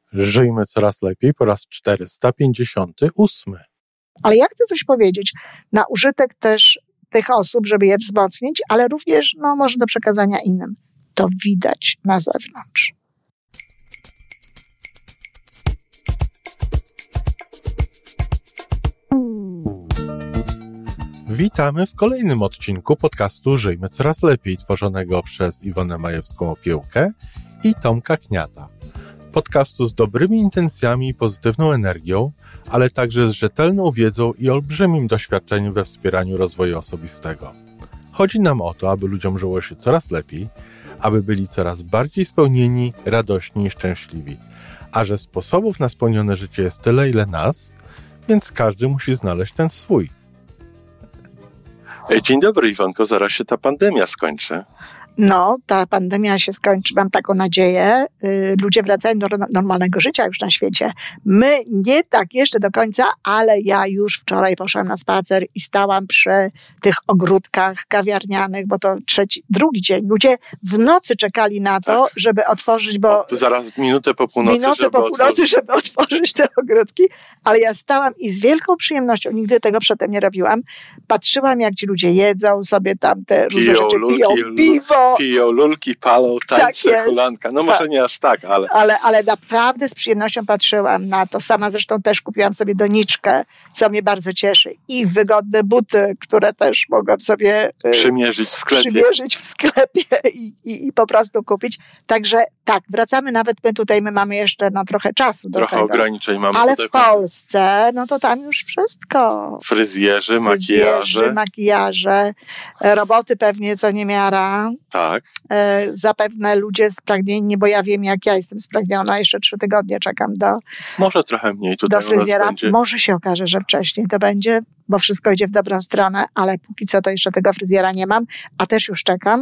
Żyjmy coraz lepiej po raz 458. Ale ja chcę coś powiedzieć na użytek też tych osób, żeby je wzmocnić, ale również może do przekazania innym. To widać na zewnątrz. Witamy w kolejnym odcinku podcastu Żyjmy Coraz Lepiej, tworzonego przez Iwonę Majewską-Opiełkę i Tomka Kniata. Podcastu z dobrymi intencjami i pozytywną energią, ale także z rzetelną wiedzą i olbrzymim doświadczeniem we wspieraniu rozwoju osobistego. Chodzi nam o to, aby ludziom żyło się coraz lepiej, aby byli coraz bardziej spełnieni, radośni i szczęśliwi. A że sposobów na spełnione życie jest tyle, ile nas, więc każdy musi znaleźć ten swój. Dzień dobry, Iwonko, zaraz się ta pandemia skończy. Ta pandemia się skończy, mam taką nadzieję. Ludzie wracają do normalnego życia już na świecie. My nie tak jeszcze do końca, ale ja już wczoraj poszłam na spacer i stałam przy tych ogródkach kawiarnianych, bo to drugi dzień. Ludzie w nocy czekali na to, żeby otworzyć, bo... Zaraz minutę po północy, żeby otworzyć te ogródki, ale ja stałam i z wielką przyjemnością, nigdy tego przedtem nie robiłam, patrzyłam, jak ci ludzie jedzą sobie tam te różne rzeczy, piją piwo, piją lulki, palą, tańce, hulanka. Może nie aż tak, ale... Ale naprawdę z przyjemnością patrzyłam na to. Sama zresztą też kupiłam sobie doniczkę, co mnie bardzo cieszy. I wygodne buty, które też mogłam sobie przymierzyć w sklepie i po prostu kupić. Także tak, wracamy nawet my mamy jeszcze trochę czasu do tego. Trochę ograniczeń mamy. Ale w Polsce, to tam już wszystko. Fryzjerzy, makijaże, roboty pewnie co niemiara. Tak. Zapewne ludzie spragnieni, bo ja wiem, jak ja jestem spragniona. Jeszcze 3 tygodnie czekam może trochę mniej tutaj do fryzjera. Może się okaże, że wcześniej to będzie, bo wszystko idzie w dobrą stronę, ale póki co to jeszcze tego fryzjera nie mam, a też już czekam.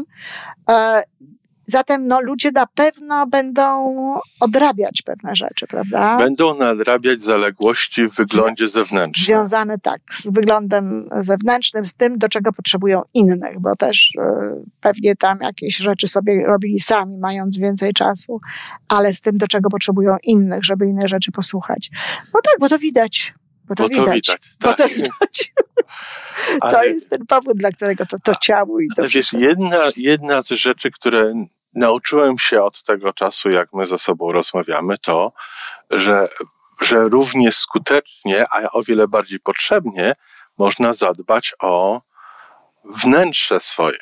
Zatem ludzie na pewno będą odrabiać pewne rzeczy, prawda? Będą nadrabiać zaległości w wyglądzie zewnętrznym. Związane z wyglądem zewnętrznym, z tym, do czego potrzebują innych, bo też pewnie tam jakieś rzeczy sobie robili sami, mając więcej czasu, ale z tym, do czego potrzebują innych, żeby inne rzeczy posłuchać. Bo to widać. Bo to widać. To jest ten powód, dla którego to ciało i to ale wszystko. Wiesz, jedna z rzeczy, które nauczyłem się od tego czasu, jak my ze sobą rozmawiamy, to, że równie skutecznie, a o wiele bardziej potrzebnie, można zadbać o wnętrze swoje.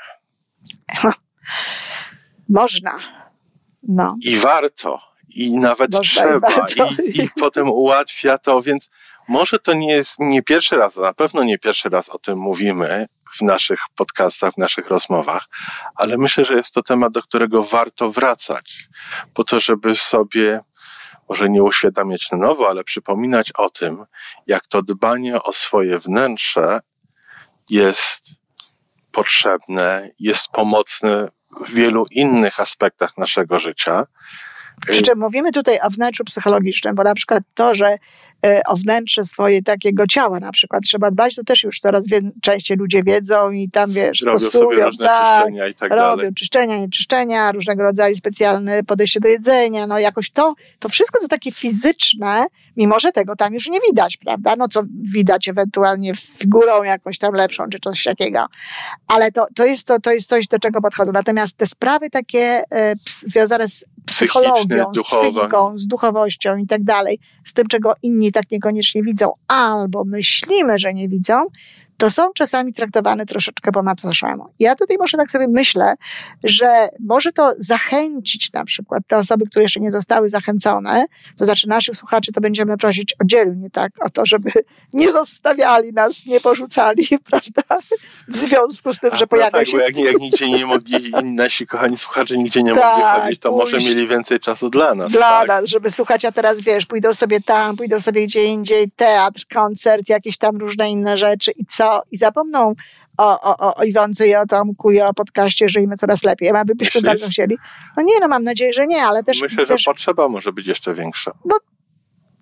Można. I warto. I nawet trzeba. I potem ułatwia to, więc może to nie jest pierwszy raz, na pewno nie pierwszy raz o tym mówimy w naszych podcastach, w naszych rozmowach, ale myślę, że jest to temat, do którego warto wracać, po to, żeby sobie, może nie uświadamiać na nowo, ale przypominać o tym, jak to dbanie o swoje wnętrze jest potrzebne, jest pomocne w wielu innych aspektach naszego życia. Przy czym mówimy tutaj o wnętrzu psychologicznym, bo na przykład to, że o wnętrze swoje takiego ciała na przykład trzeba dbać, to też już coraz częściej ludzie wiedzą i tam stosują. Czyszczenia i tak dalej. Robią czyszczenia, nieczyszczenia, różnego rodzaju specjalne podejście do jedzenia. Jakoś to wszystko to takie fizyczne, mimo że tego tam już nie widać, prawda? Co widać ewentualnie figurą jakąś tam lepszą, czy coś takiego. Ale to jest coś, do czego podchodzą. Natomiast te sprawy takie związane z psychologią, z psychiką, z duchowością i tak dalej, z tym, czego inni tak niekoniecznie widzą, albo myślimy, że nie widzą, to są czasami traktowane troszeczkę po macoszemu. Ja tutaj może tak sobie myślę, że może to zachęcić na przykład te osoby, które jeszcze nie zostały zachęcone, to znaczy naszych słuchaczy to będziemy prosić oddzielnie, o to, żeby nie zostawiali nas, nie porzucali, prawda, w związku z tym, że pojawia się... bo jak nigdzie nie mogli, nasi kochani słuchacze nigdzie nie mogli chodzić, to może mieli więcej czasu dla nas. Dla nas, żeby słuchać, a teraz pójdą sobie tam, pójdą sobie gdzie indziej, teatr, koncert, jakieś tam różne inne rzeczy i co? I zapomną o Iwonce i o Tomku i o podcaście Żyjmy Coraz Lepiej. Byśmy bardzo chcieli. Mam nadzieję, że nie, ale też... Myślę, że potrzeba może być jeszcze większa.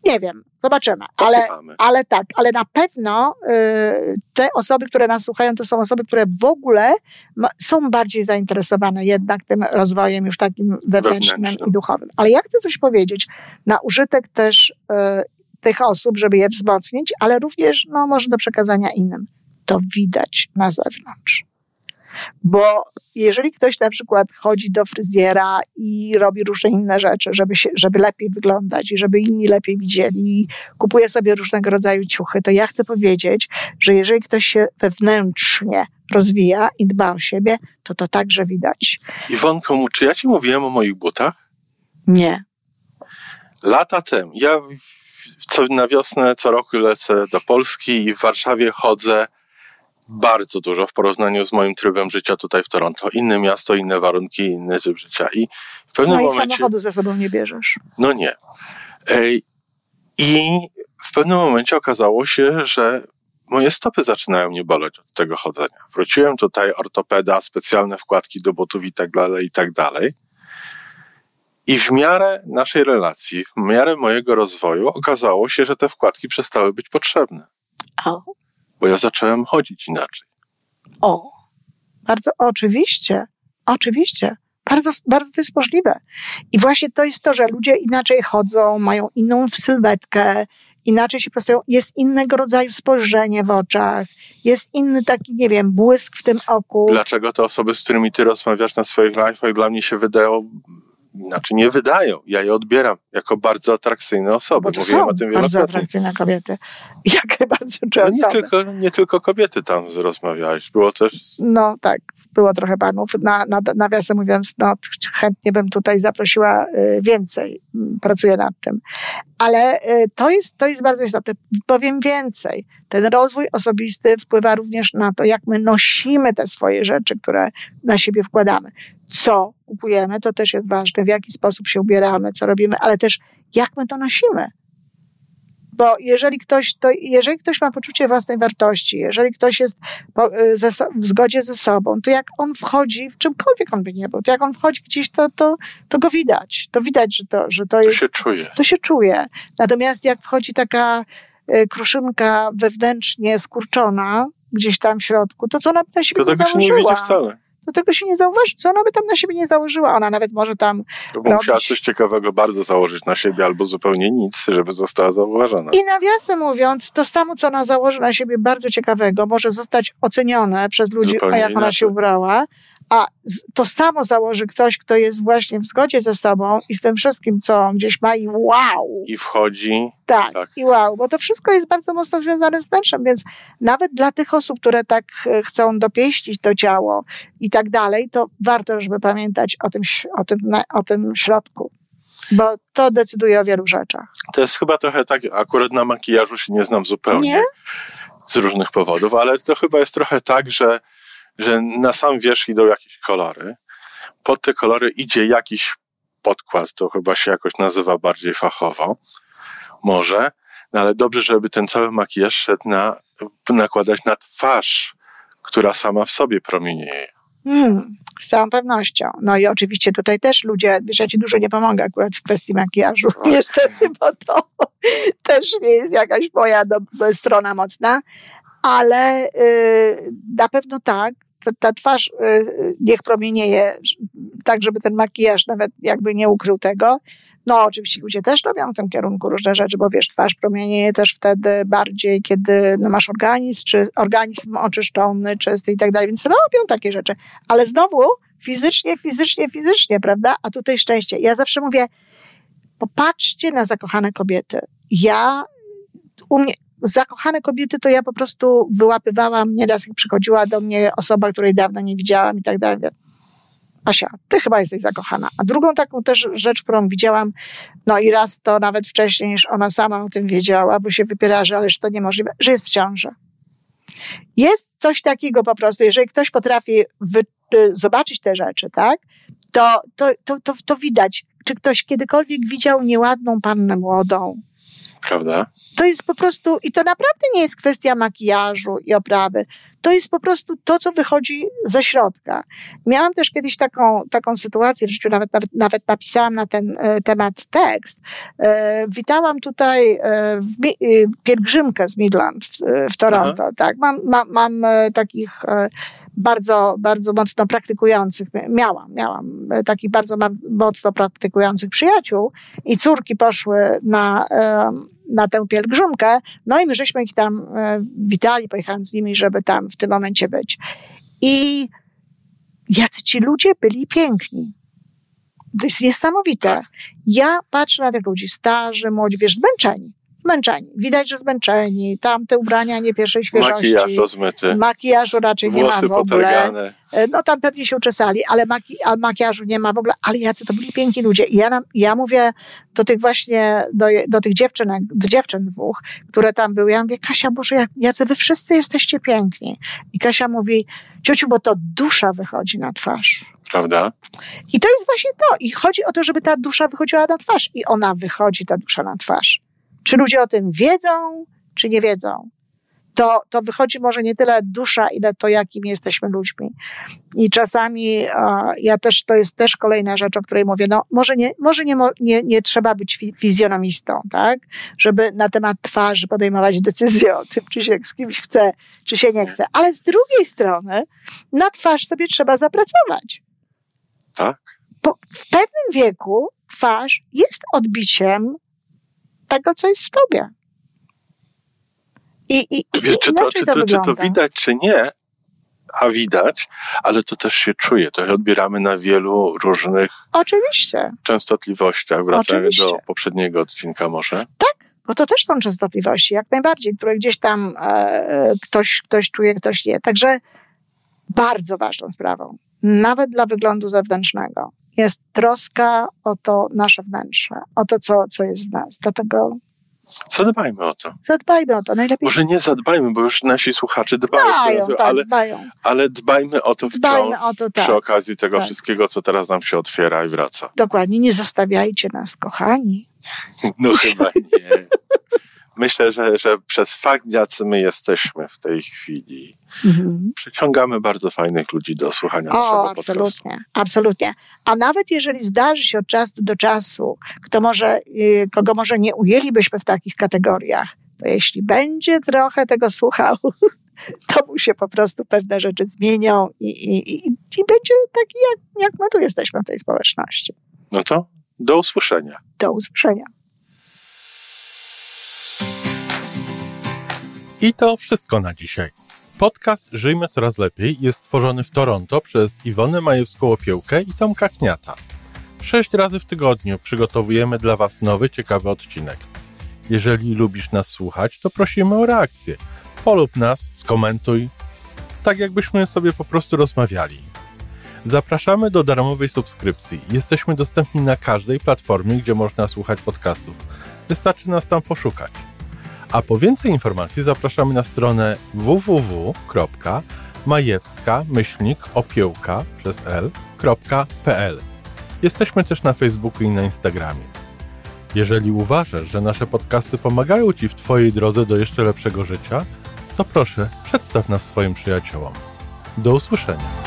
Nie wiem, zobaczymy. Ale na pewno te osoby, które nas słuchają, to są osoby, które w ogóle są bardziej zainteresowane jednak tym rozwojem już takim wewnętrznym i duchowym. Ale ja chcę coś powiedzieć na użytek też tych osób, żeby je wzmocnić, ale również może do przekazania innym. To widać na zewnątrz. Bo jeżeli ktoś na przykład chodzi do fryzjera i robi różne inne rzeczy, żeby lepiej wyglądać i żeby inni lepiej widzieli, kupuje sobie różnego rodzaju ciuchy, to ja chcę powiedzieć, że jeżeli ktoś się wewnętrznie rozwija i dba o siebie, to także widać. Iwonko, czy ja ci mówiłem o moich butach? Nie. Lata temu. Ja na wiosnę co roku lecę do Polski i w Warszawie chodzę bardzo dużo w porównaniu z moim trybem życia tutaj w Toronto. Inne miasto, inne warunki, inny tryb życia. I w pewnym momencie... samochodu ze sobą nie bierzesz. No nie. I w pewnym momencie okazało się, że moje stopy zaczynają mnie boleć od tego chodzenia. Wróciłem tutaj, ortopeda, specjalne wkładki do butów i tak dalej, i tak dalej. I w miarę naszej relacji, w miarę mojego rozwoju okazało się, że te wkładki przestały być potrzebne. Bo ja zacząłem chodzić inaczej. Bardzo oczywiście. Bardzo, bardzo to jest możliwe. I właśnie to jest to, że ludzie inaczej chodzą, mają inną sylwetkę, inaczej się prostują. Jest innego rodzaju spojrzenie w oczach, jest inny taki, nie wiem, błysk w tym oku. Dlaczego te osoby, z którymi ty rozmawiasz na swoich live'ach, dla mnie się wydają... nie wydają. Ja je odbieram jako bardzo atrakcyjne osoby. Bo to mówiłem o tym wielokrotnie. Bardzo atrakcyjne kobiety. Jakie bardzo często. Nie tylko kobiety tam rozmawiałeś. Było też... No tak, było trochę panów. Nawiasem mówiąc, chętnie bym tutaj zaprosiła więcej. Pracuję nad tym. Ale to jest bardzo istotne. Powiem więcej. Ten rozwój osobisty wpływa również na to, jak my nosimy te swoje rzeczy, które na siebie wkładamy. Co kupujemy, to też jest ważne. W jaki sposób się ubieramy, co robimy, ale też jak my to nosimy. Bo jeżeli ktoś ma poczucie własnej wartości, jeżeli ktoś jest w zgodzie ze sobą, to jak on wchodzi, w czymkolwiek on by nie był, to jak on wchodzi gdzieś, to go widać. To widać, że to jest... To się czuje. To się czuje. Natomiast jak wchodzi taka kruszynka wewnętrznie skurczona, gdzieś tam w środku, to co ona na siebie nie założyła? To tego się nie widzi wcale. Do tego się nie zauważy, co ona by tam na siebie nie założyła. Ona nawet może tam musiała coś ciekawego bardzo założyć na siebie, albo zupełnie nic, żeby została zauważona. I nawiasem mówiąc, to samo, co ona założy na siebie bardzo ciekawego, może zostać ocenione przez ludzi, zupełnie jak ona się ubrała, a to samo założy ktoś, kto jest właśnie w zgodzie ze sobą i z tym wszystkim, co gdzieś ma i wow. I wchodzi. Tak, i wow, bo to wszystko jest bardzo mocno związane z wnętrzem, więc nawet dla tych osób, które tak chcą dopieścić to ciało i tak dalej, to warto, żeby pamiętać o tym środku. Bo to decyduje o wielu rzeczach. To jest chyba trochę tak, akurat na makijażu się nie znam zupełnie. Nie? Z różnych powodów, ale to chyba jest trochę tak, że na sam wierzch idą jakieś kolory. Pod te kolory idzie jakiś podkład, to chyba się jakoś nazywa bardziej fachowo. Może, ale dobrze, żeby ten cały makijaż szedł nakładać na twarz, która sama w sobie promienieje. Z całą pewnością. No i oczywiście tutaj też ludzie, ja ci dużo nie pomogę akurat w kwestii makijażu, niestety, bo to też nie jest jakaś moja strona mocna, ale na pewno tak, ta twarz niech promienieje, tak żeby ten makijaż nawet jakby nie ukrył tego. No oczywiście ludzie też robią w tym kierunku różne rzeczy, bo wiesz, twarz promienieje też wtedy bardziej, kiedy masz organizm oczyszczony, czysty i tak dalej, więc robią takie rzeczy. Ale znowu fizycznie, prawda? A tutaj szczęście. Ja zawsze mówię, popatrzcie na zakochane kobiety. Zakochane kobiety to ja po prostu wyłapywałam, nieraz jak przychodziła do mnie osoba, której dawno nie widziałam i tak dalej. Asia, ty chyba jesteś zakochana. A drugą taką też rzecz, którą widziałam, no i raz to nawet wcześniej niż ona sama o tym wiedziała, bo się wypierała, że ależ to niemożliwe, że jest w ciąży. Jest coś takiego po prostu, jeżeli ktoś potrafi zobaczyć te rzeczy, tak, to widać. Czy ktoś kiedykolwiek widział nieładną pannę młodą? Prawda? To jest po prostu, i to naprawdę nie jest kwestia makijażu i oprawy. to jest po prostu to, co wychodzi ze środka. Miałam też kiedyś taką sytuację w życiu, nawet napisałam na ten temat tekst. Witałam tutaj pielgrzymkę z Midland w Toronto. Tak? Mam takich bardzo, bardzo mocno praktykujących, miałam takich bardzo mocno praktykujących przyjaciół i córki poszły na tę pielgrzymkę, no i my żeśmy ich tam witali, pojechałam z nimi, żeby tam w tym momencie być. I jacy ci ludzie byli piękni. To jest niesamowite. Ja patrzę na tych ludzi, starzy, młodzi, wiesz, zmęczeni. Widać, że zmęczeni. Tam te ubrania nie pierwszej świeżości. Makijaż rozmyty. Makijażu raczej nie ma w ogóle. Potargane. No tam pewnie się uczesali, ale makijażu nie ma w ogóle. Ale jacy to byli piękni ludzie. I ja mówię do tych właśnie, do tych dziewczyn dwóch, które tam były. Ja mówię, Kasia, Boże, jacy wy wszyscy jesteście piękni. I Kasia mówi, ciociu, bo to dusza wychodzi na twarz. Prawda? I to jest właśnie to. I chodzi o to, żeby ta dusza wychodziła na twarz. I ona wychodzi, ta dusza na twarz. Czy ludzie o tym wiedzą, czy nie wiedzą? To wychodzi może nie tyle dusza, ile to, jakimi jesteśmy ludźmi. I czasami to jest też kolejna rzecz, o której mówię, no może nie trzeba być fizjonomistą, tak? Żeby na temat twarzy podejmować decyzję o tym, czy się z kimś chce, czy się nie chce. Ale z drugiej strony na twarz sobie trzeba zapracować. Tak. Bo w pewnym wieku twarz jest odbiciem tego, co jest w tobie. Wiesz, czy to widać, czy nie, a widać, ale to też się czuje. To odbieramy na wielu różnych częstotliwościach. Wracamy do poprzedniego odcinka może. Tak, bo to też są częstotliwości, jak najbardziej, które gdzieś tam ktoś czuje, ktoś nie. Także bardzo ważną sprawą, nawet dla wyglądu zewnętrznego, jest troska o to nasze wnętrze, o to, co jest w nas. Dlatego zadbajmy o to. Najlepiej. Może nie zadbajmy, bo już nasi słuchacze dbają, ale dbajmy o to wciąż przy okazji tego wszystkiego, co teraz nam się otwiera i wraca. Dokładnie. Nie zostawiajcie nas, kochani. No chyba nie. Myślę, że przez fakt, jacy my jesteśmy w tej chwili, przyciągamy bardzo fajnych ludzi do słuchania naszego podcastu. Absolutnie. A nawet jeżeli zdarzy się od czasu do czasu, kogo może nie ujęlibyśmy w takich kategoriach, to jeśli będzie trochę tego słuchał, to mu się po prostu pewne rzeczy zmienią i będzie taki, jak my tu jesteśmy w tej społeczności. No to do usłyszenia. Do usłyszenia. I to wszystko na dzisiaj. Podcast Żyjmy Coraz Lepiej jest stworzony w Toronto przez Iwonę Majewską-Opiełkę i Tomka Kniata. 6 razy w tygodniu przygotowujemy dla Was nowy, ciekawy odcinek. Jeżeli lubisz nas słuchać, to prosimy o reakcję. Polub nas, skomentuj, tak jakbyśmy sobie po prostu rozmawiali. Zapraszamy do darmowej subskrypcji. Jesteśmy dostępni na każdej platformie, gdzie można słuchać podcastów. Wystarczy nas tam poszukać. A po więcej informacji zapraszamy na stronę www.majewska-opiełka.pl. Jesteśmy też na Facebooku i na Instagramie. Jeżeli uważasz, że nasze podcasty pomagają Ci w Twojej drodze do jeszcze lepszego życia, to proszę, przedstaw nas swoim przyjaciołom. Do usłyszenia.